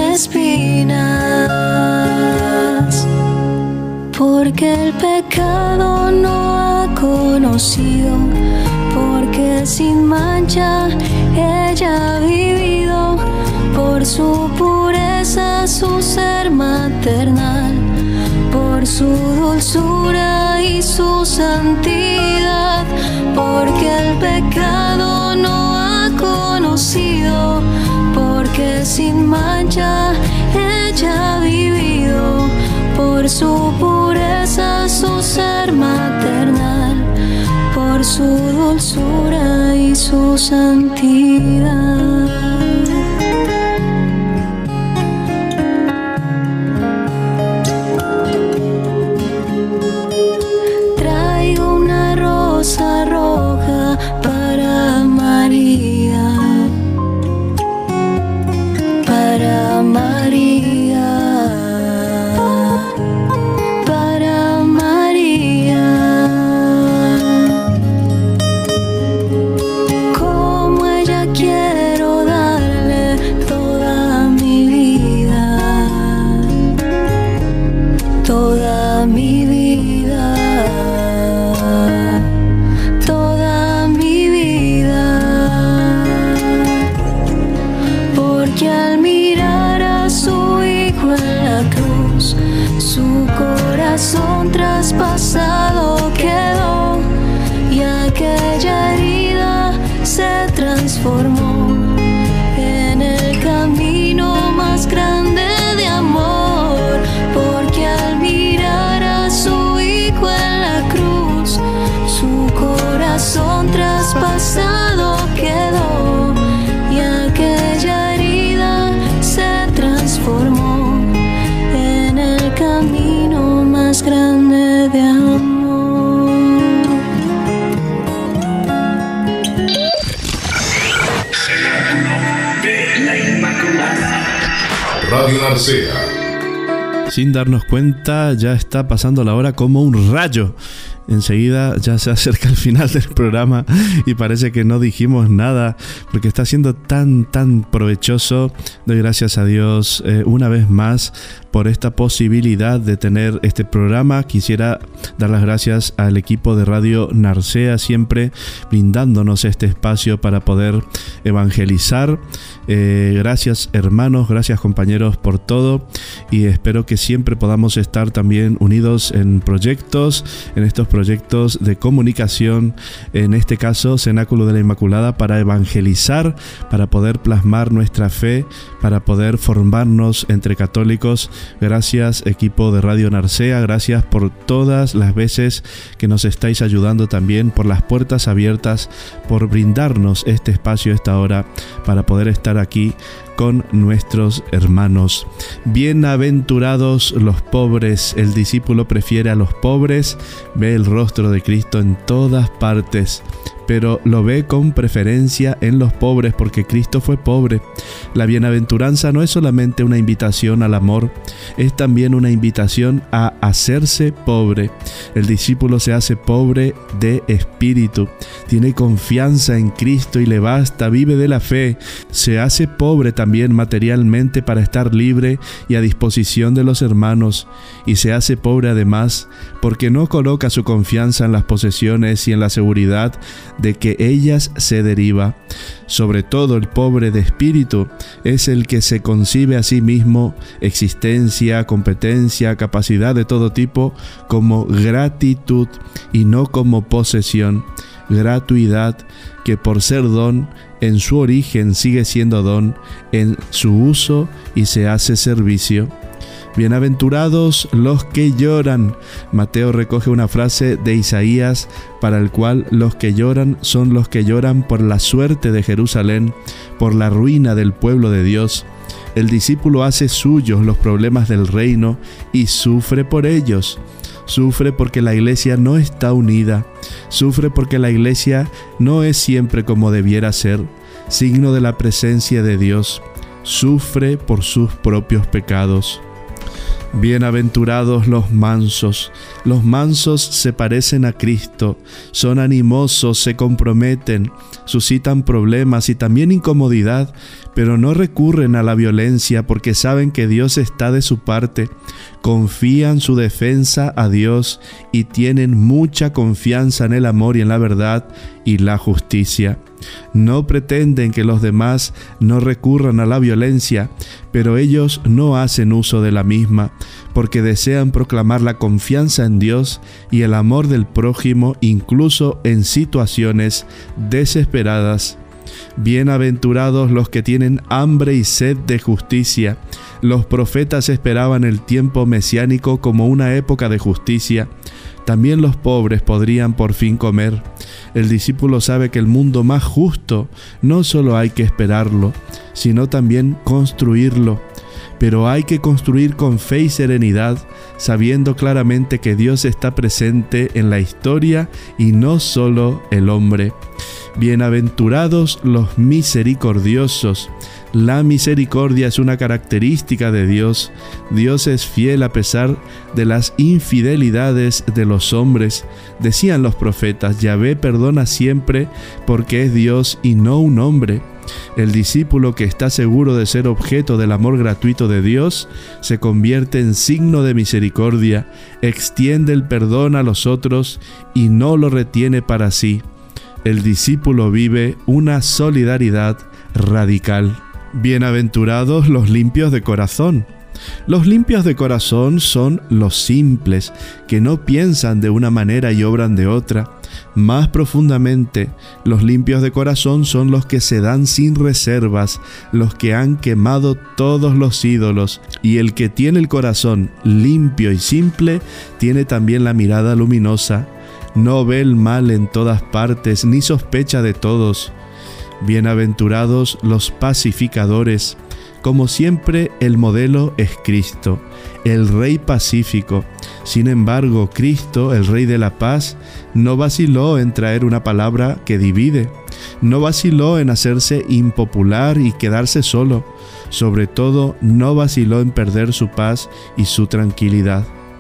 espinas, porque el pecado no ha conocido, porque sin mancha ella ha vivido, por su pureza, su ser maternal, por su dulzura y su santidad, porque el pecado no ha conocido, porque sin mancha ella ha vivido, por su pureza, su ser maternal, por su dulzura y su santidad. Rosa roja para María, para María, para María. Como ella quiero darle toda mi vida, toda mi vida. Su corazón traspasado quedó y aquella herida se transformó en el camino más grande de amor, porque al mirar a su hijo en la cruz, su corazón traspasado quedó y aquella herida se transformó camino más grande de amor. De la Inmaculada. Radio Narcea. Sin darnos cuenta, ya está pasando la hora como un rayo. Enseguida ya se acerca el final del programa y parece que no dijimos nada porque está siendo tan provechoso. Doy gracias a Dios una vez más por esta posibilidad de tener este programa. Quisiera dar las gracias al equipo de Radio Narcea, siempre brindándonos este espacio para poder evangelizar. Gracias hermanos, gracias compañeros por todo, y espero que siempre podamos estar también unidos en proyectos, en estos proyectos de comunicación, en este caso Cenáculo de la Inmaculada, para evangelizar, para poder plasmar nuestra fe, para poder formarnos entre católicos. Gracias equipo de Radio Narcea, gracias por todas las veces que nos estáis ayudando también, por las puertas abiertas, por brindarnos este espacio, esta hora, para poder estar aquí con nuestros hermanos. Bienaventurados los pobres, el discípulo prefiere a los pobres, ve el rostro de Cristo en todas partes, pero lo ve con preferencia en los pobres porque Cristo fue pobre. La bienaventuranza no es solamente una invitación al amor, es también una invitación a hacerse pobre. El discípulo se hace pobre de espíritu, tiene confianza en Cristo y le basta, vive de la fe. Se hace pobre también materialmente para estar libre y a disposición de los hermanos, y se hace pobre además porque no coloca su confianza en las posesiones y en la seguridad de que ellas se deriva. Sobre todo el pobre de espíritu es el que se concibe a sí mismo existencia, competencia, capacidad de todo tipo como gratitud y no como posesión. Gratuidad que por ser don en su origen sigue siendo don en su uso y se hace servicio. Bienaventurados los que lloran. Mateo recoge una frase de Isaías para el cual los que lloran son los que lloran por la suerte de Jerusalén, por la ruina del pueblo de Dios. El discípulo hace suyos los problemas del reino y sufre por ellos. Sufre porque la iglesia no está unida. Sufre porque la iglesia no es siempre como debiera ser, signo de la presencia de Dios. Sufre por sus propios pecados. Bienaventurados los mansos. Los mansos se parecen a Cristo, son animosos, se comprometen, suscitan problemas y también incomodidad, pero no recurren a la violencia porque saben que Dios está de su parte, confían su defensa a Dios y tienen mucha confianza en el amor y en la verdad y la justicia. No pretenden que los demás no recurran a la violencia, pero ellos no hacen uso de la misma, porque desean proclamar la confianza en Dios y el amor del prójimo incluso en situaciones desesperadas. Bienaventurados los que tienen hambre y sed de justicia. Los profetas esperaban el tiempo mesiánico como una época de justicia. También los pobres podrían por fin comer. El discípulo sabe que el mundo más justo no solo hay que esperarlo, sino también construirlo. Pero hay que construir con fe y serenidad, sabiendo claramente que Dios está presente en la historia y no solo el hombre. Bienaventurados los misericordiosos. La misericordia es una característica de Dios. Dios es fiel a pesar de las infidelidades de los hombres. Decían los profetas, Yahvé perdona siempre porque es Dios y no un hombre. El discípulo que está seguro de ser objeto del amor gratuito de Dios se convierte en signo de misericordia, extiende el perdón a los otros y no lo retiene para sí. El discípulo vive una solidaridad radical. Bienaventurados los limpios de corazón. Los limpios de corazón son los simples, que no piensan de una manera y obran de otra. Más profundamente, los limpios de corazón son los que se dan sin reservas, los que han quemado todos los ídolos. Y el que tiene el corazón limpio y simple, tiene también la mirada luminosa. No ve el mal en todas partes, ni sospecha de todos. Bienaventurados los pacificadores. Como siempre, el modelo es Cristo, el Rey pacífico. Sin embargo, Cristo, el Rey de la paz, no vaciló en traer una palabra que divide. No vaciló en hacerse impopular y quedarse solo. Sobre todo, no vaciló en perder su paz y su tranquilidad.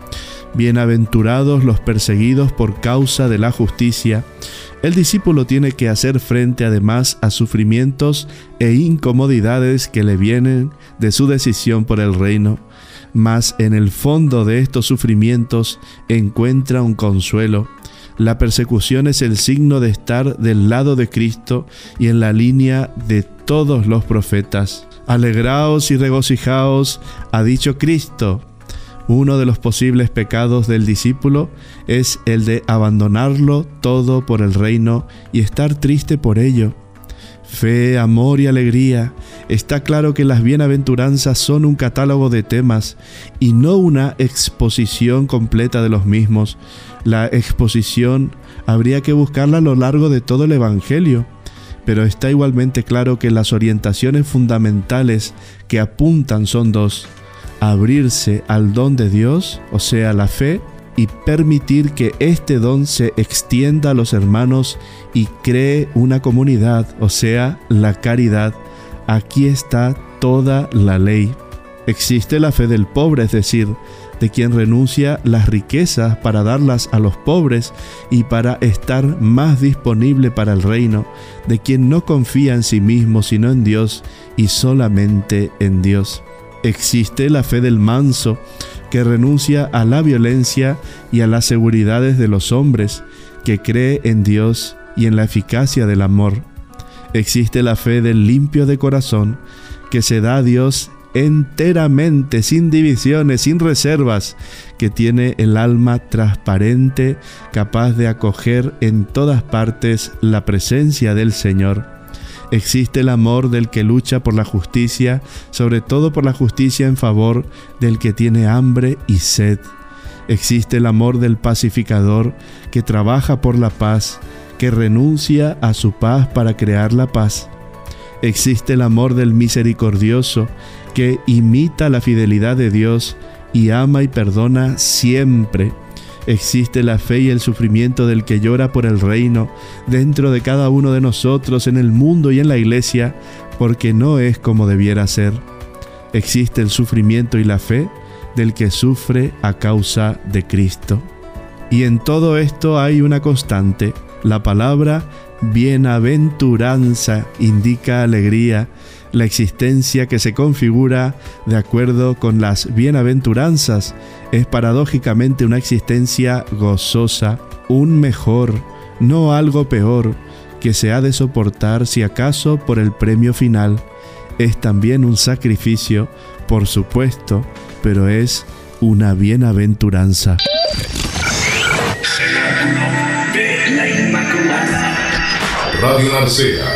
Bienaventurados los perseguidos por causa de la justicia. El discípulo tiene que hacer frente además a sufrimientos e incomodidades que le vienen de su decisión por el reino. Mas en el fondo de estos sufrimientos encuentra un consuelo. La persecución es el signo de estar del lado de Cristo y en la línea de todos los profetas. Alegraos y regocijaos, ha dicho Cristo. Uno de los posibles pecados del discípulo es el de abandonarlo todo por el reino y estar triste por ello. Fe, amor y alegría. Está claro que las bienaventuranzas son un catálogo de temas y no una exposición completa de los mismos. La exposición habría que buscarla a lo largo de todo el Evangelio, pero está igualmente claro que las orientaciones fundamentales que apuntan son dos: abrirse al don de Dios, o sea, la fe, y permitir que este don se extienda a los hermanos y cree una comunidad, o sea, la caridad. Aquí está toda la ley. Existe la fe del pobre, es decir, de quien renuncia las riquezas para darlas a los pobres y para estar más disponible para el reino, de quien no confía en sí mismo sino en Dios y solamente en Dios. Existe la fe del manso, que renuncia a la violencia y a las seguridades de los hombres, que cree en Dios y en la eficacia del amor. Existe la fe del limpio de corazón, que se da a Dios enteramente, sin divisiones, sin reservas, que tiene el alma transparente, capaz de acoger en todas partes la presencia del Señor. Existe el amor del que lucha por la justicia, sobre todo por la justicia en favor del que tiene hambre y sed. Existe el amor del pacificador, que trabaja por la paz, que renuncia a su paz para crear la paz. Existe el amor del misericordioso, que imita la fidelidad de Dios y ama y perdona siempre. Existe la fe y el sufrimiento del que llora por el reino dentro de cada uno de nosotros, en el mundo y en la iglesia, porque no es como debiera ser. Existe el sufrimiento y la fe del que sufre a causa de Cristo. Y en todo esto hay una constante. La palabra bienaventuranza indica alegría, la existencia que se configura de acuerdo con las bienaventuranzas es paradójicamente una existencia gozosa, un mejor, no algo peor, que se ha de soportar si acaso por el premio final. Es también un sacrificio, por supuesto, pero es una bienaventuranza. Radio Narcea.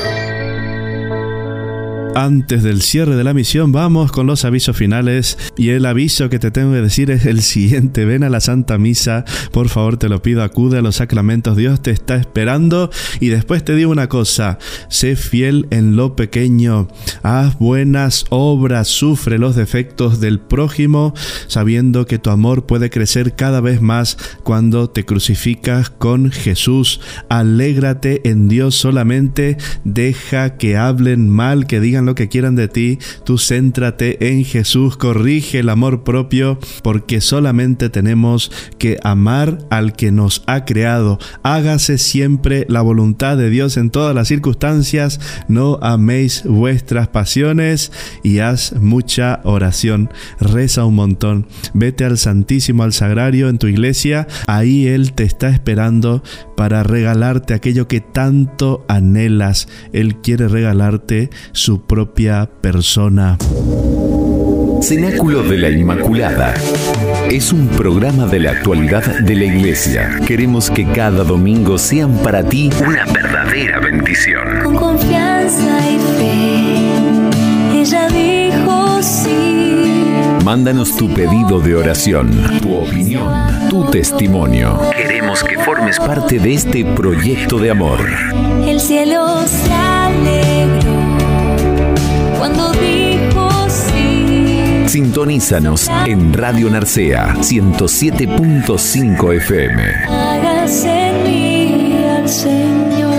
Antes del cierre de la misión, vamos con los avisos finales. Y el aviso que te tengo que decir es el siguiente: ven a la Santa Misa, por favor te lo pido, acude a los sacramentos, Dios te está esperando. Y después te digo una cosa: sé fiel en lo pequeño, haz buenas obras, sufre los defectos del prójimo, sabiendo que tu amor puede crecer cada vez más cuando te crucificas con Jesús. Alégrate en Dios solamente, deja que hablen mal, que digan lo que quieran de ti, tú céntrate en Jesús, corrige el amor propio, porque solamente tenemos que amar al que nos ha creado. Hágase siempre la voluntad de Dios en todas las circunstancias, no améis vuestras pasiones y haz mucha oración, reza un montón, vete al Santísimo, al Sagrario en tu iglesia, ahí Él te está esperando para regalarte aquello que tanto anhelas. Él quiere regalarte su propia persona. Cenáculo de la Inmaculada es un programa de la actualidad de la Iglesia. Queremos que cada domingo sean para ti una verdadera bendición. Con confianza y fe, ella dijo sí. Mándanos tu pedido de oración, tu opinión, tu testimonio. Queremos que formes parte de este proyecto de amor. El cielo se alegró cuando dijo sí. Sintonízanos en Radio Narcea 107.5 FM. Hágase en mí al Señor.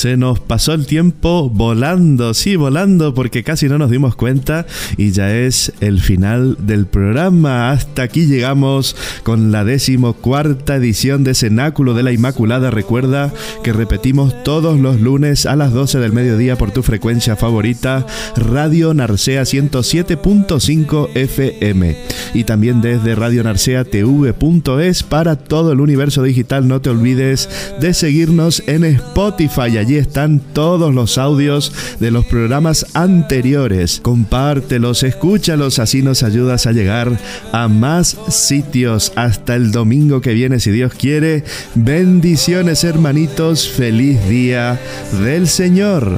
Se nos pasó el tiempo volando, sí, volando, porque casi no nos dimos cuenta y ya es el final del programa. Hasta aquí llegamos con la 14ª edición de Cenáculo de la Inmaculada. Recuerda que repetimos todos los lunes a las 12 del mediodía por tu frecuencia favorita, Radio Narcea 107.5 FM, y también desde radionarceatv.es para todo el universo digital. No te olvides de seguirnos en Spotify. Allí están todos los audios de los programas anteriores. Compártelos, escúchalos, así nos ayudas a llegar a más sitios. Hasta el domingo que viene, si Dios quiere. Bendiciones, hermanitos. Feliz día del Señor.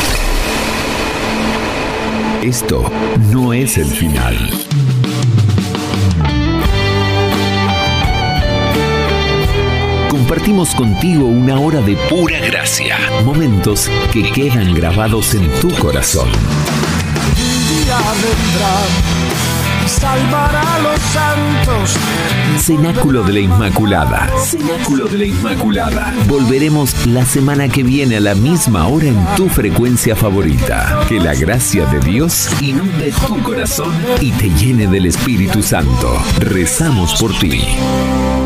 Esto no es el final. Compartimos contigo una hora de pura gracia, momentos que quedan grabados en tu corazón. Un día vendrá y salvará a los santos. Cenáculo de la Inmaculada. Cenáculo de la Inmaculada. Volveremos la semana que viene a la misma hora en tu frecuencia favorita. Que la gracia de Dios inunde tu corazón y te llene del Espíritu Santo. Rezamos por ti.